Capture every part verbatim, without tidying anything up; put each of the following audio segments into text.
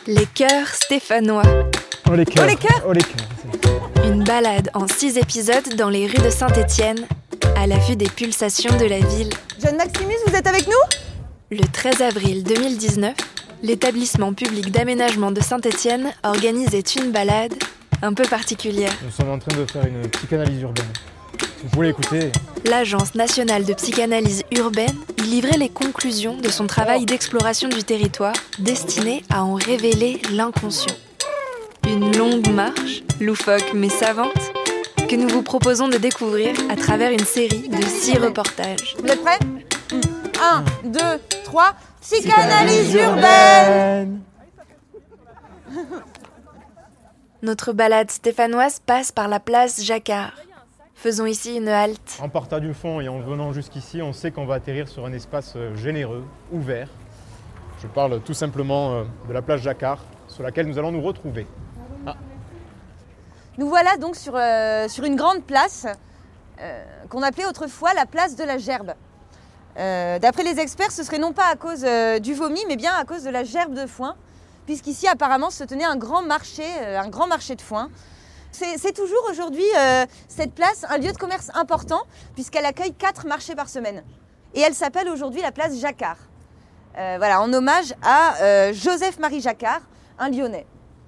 Les chœurs stéphanois. Oh les chœurs. Oh les chœurs. Oh les chœurs. Une balade en six épisodes dans les rues de Saint-Étienne, à la vue des pulsations de la ville. Jeanne Maximus, vous êtes avec nous ? Le treize avril deux mille dix-neuf, l'établissement public d'aménagement de Saint-Étienne organisait une balade un peu particulière. Nous sommes en train de faire une psychanalyse urbaine. Vous pouvez l'écouter. L'Agence nationale de psychanalyse urbaine y livrait les conclusions de son travail d'exploration du territoire destiné à en révéler l'inconscient. Une longue marche, loufoque mais savante, que nous vous proposons de découvrir à travers une série de six reportages. Vous êtes prêts ? Un, deux, trois, psychanalyse urbaine. Notre balade stéphanoise passe par la place Jacquard. Faisons ici une halte. En partant du fond et en venant jusqu'ici, on sait qu'on va atterrir sur un espace généreux, ouvert. Je parle tout simplement de la place Jacquard, sur laquelle nous allons nous retrouver. Ah. Nous voilà donc sur, euh, sur une grande place euh, qu'on appelait autrefois la place de la gerbe. Euh, d'après les experts, ce serait non pas à cause euh, du vomi, mais bien à cause de la gerbe de foin, puisqu'ici apparemment se tenait un grand marché, euh, un grand marché de foin. C'est, c'est toujours aujourd'hui, euh, cette place, un lieu de commerce important, puisqu'elle accueille quatre marchés par semaine. Et elle s'appelle aujourd'hui la place Jacquard. Euh, voilà, en hommage à euh, Joseph-Marie Jacquard, un Lyonnais.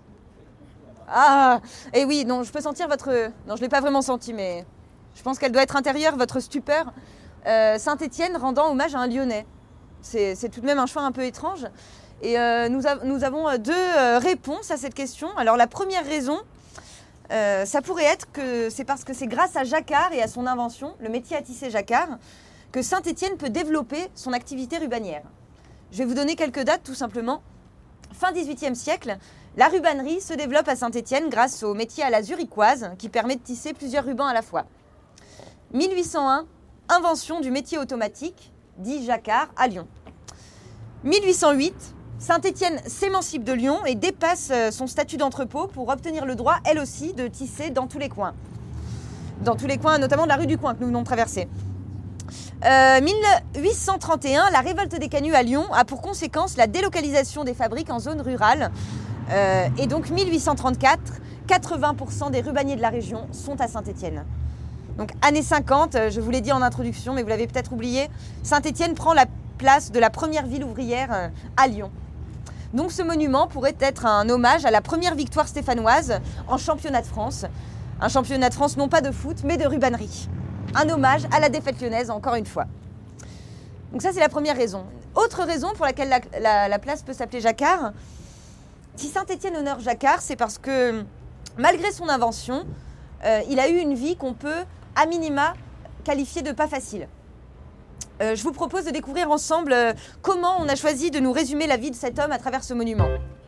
Ah, et oui, non, je peux sentir votre... Non, je ne l'ai pas vraiment senti, mais je pense qu'elle doit être intérieure, votre stupeur. Euh, Saint-Étienne rendant hommage à un Lyonnais. C'est, c'est tout de même un choix un peu étrange. Et euh, nous, a, nous avons deux euh, réponses à cette question. Alors la première raison, euh, ça pourrait être que c'est parce que c'est grâce à Jacquard et à son invention, le métier à tisser Jacquard, que Saint-Étienne peut développer son activité rubanière. Je vais vous donner quelques dates tout simplement. Fin dix-huitième siècle, la rubannerie se développe à Saint-Étienne grâce au métier à la zurichoise qui permet de tisser plusieurs rubans à la fois. mille huit cent un, invention du métier automatique, dit Jacquard, à Lyon. mille huit cent huit, Saint-Étienne s'émancipe de Lyon et dépasse son statut d'entrepôt pour obtenir le droit, elle aussi, de tisser dans tous les coins. Dans tous les coins, notamment de la rue du Coin que nous venons de traverser. Euh, mille huit cent trente et un, la révolte des canuts à Lyon a pour conséquence la délocalisation des fabriques en zone rurale. Euh, et donc mille huit cent trente-quatre, quatre-vingts pour cent des rubaniers de la région sont à Saint-Étienne. Donc années cinquante, je vous l'ai dit en introduction, mais vous l'avez peut-être oublié, Saint-Étienne prend la place de la première ville ouvrière à Lyon. Donc ce monument pourrait être un hommage à la première victoire stéphanoise en championnat de France. Un championnat de France non pas de foot, mais de rubannerie. Un hommage à la défaite lyonnaise, encore une fois. Donc ça, c'est la première raison. Autre raison pour laquelle la, la, la place peut s'appeler Jacquard, si Saint-Étienne honore Jacquard, c'est parce que, malgré son invention, euh, il a eu une vie qu'on peut, à minima, qualifier de pas facile. Euh, je vous propose de découvrir ensemble euh, comment on a choisi de nous résumer la vie de cet homme à travers ce monument.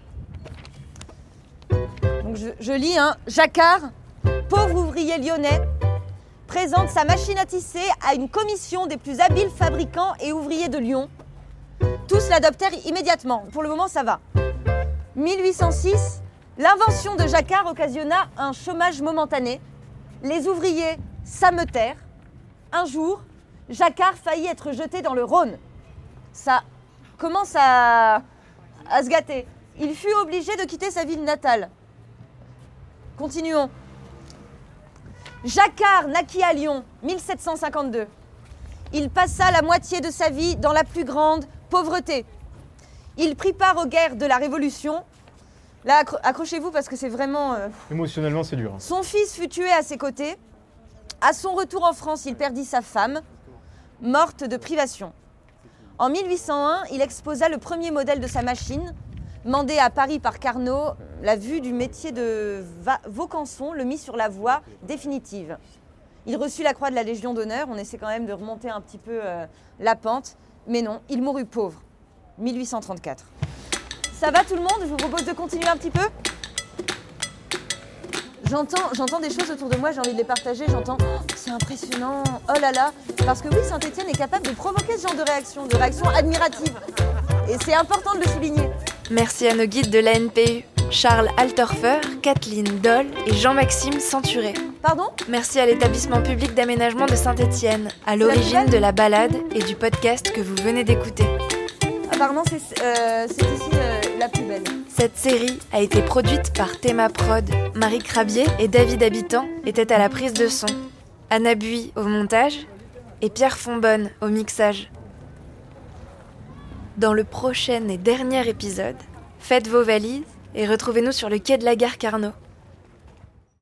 Donc je, je lis, hein, Jacquard, pauvre ouvrier lyonnais, présente sa machine à tisser à une commission des plus habiles fabricants et ouvriers de Lyon. Tous l'adoptèrent immédiatement. Pour le moment, ça va. mille huit cent six, l'invention de Jacquard occasionna un chômage momentané. Les ouvriers s'ameutèrent. Un jour, Jacquard faillit être jeté dans le Rhône. Ça commence à, à se gâter. Il fut obligé de quitter sa ville natale. Continuons. Jacquard naquit à Lyon, mille sept cent cinquante-deux. Il passa la moitié de sa vie dans la plus grande pauvreté. Il prit part aux guerres de la Révolution. Là, accro- accrochez-vous parce que c'est vraiment... Euh... Émotionnellement, c'est dur. Son fils fut tué à ses côtés. À son retour en France, il perdit sa femme, morte de privation. En mille huit cent un, il exposa le premier modèle de sa machine, mandé à Paris par Carnot. La vue du métier de Va- Vaucanson le mit sur la voie définitive. Il reçut la croix de la Légion d'honneur. On essaie quand même de remonter un petit peu euh, la pente. Mais non, il mourut pauvre. mille huit cent trente-quatre. Ça va tout le monde ? Je vous propose de continuer un petit peu ? J'entends, j'entends des choses autour de moi, j'ai envie de les partager. J'entends, oh, c'est impressionnant, oh là là. Parce que oui, Saint-Étienne est capable de provoquer ce genre de réaction, de réaction admirative. Et c'est important de le souligner. Merci à nos guides de l'A N P U, Charles Altorfer, Kathleen Doll et Jean-Maxime Centuré. Pardon ? Merci à l'établissement public d'aménagement de Saint-Étienne, à l'origine de la balade et du podcast que vous venez d'écouter. Apparemment, c'est, euh, c'est ici... Euh, la plus belle. Cette série a été produite par Théma Prod. Marie Crabier et David Habitant étaient à la prise de son. Anna Buis au montage et Pierre Fonbonne au mixage. Dans le prochain et dernier épisode, faites vos valises et retrouvez-nous sur le quai de la gare Carnot.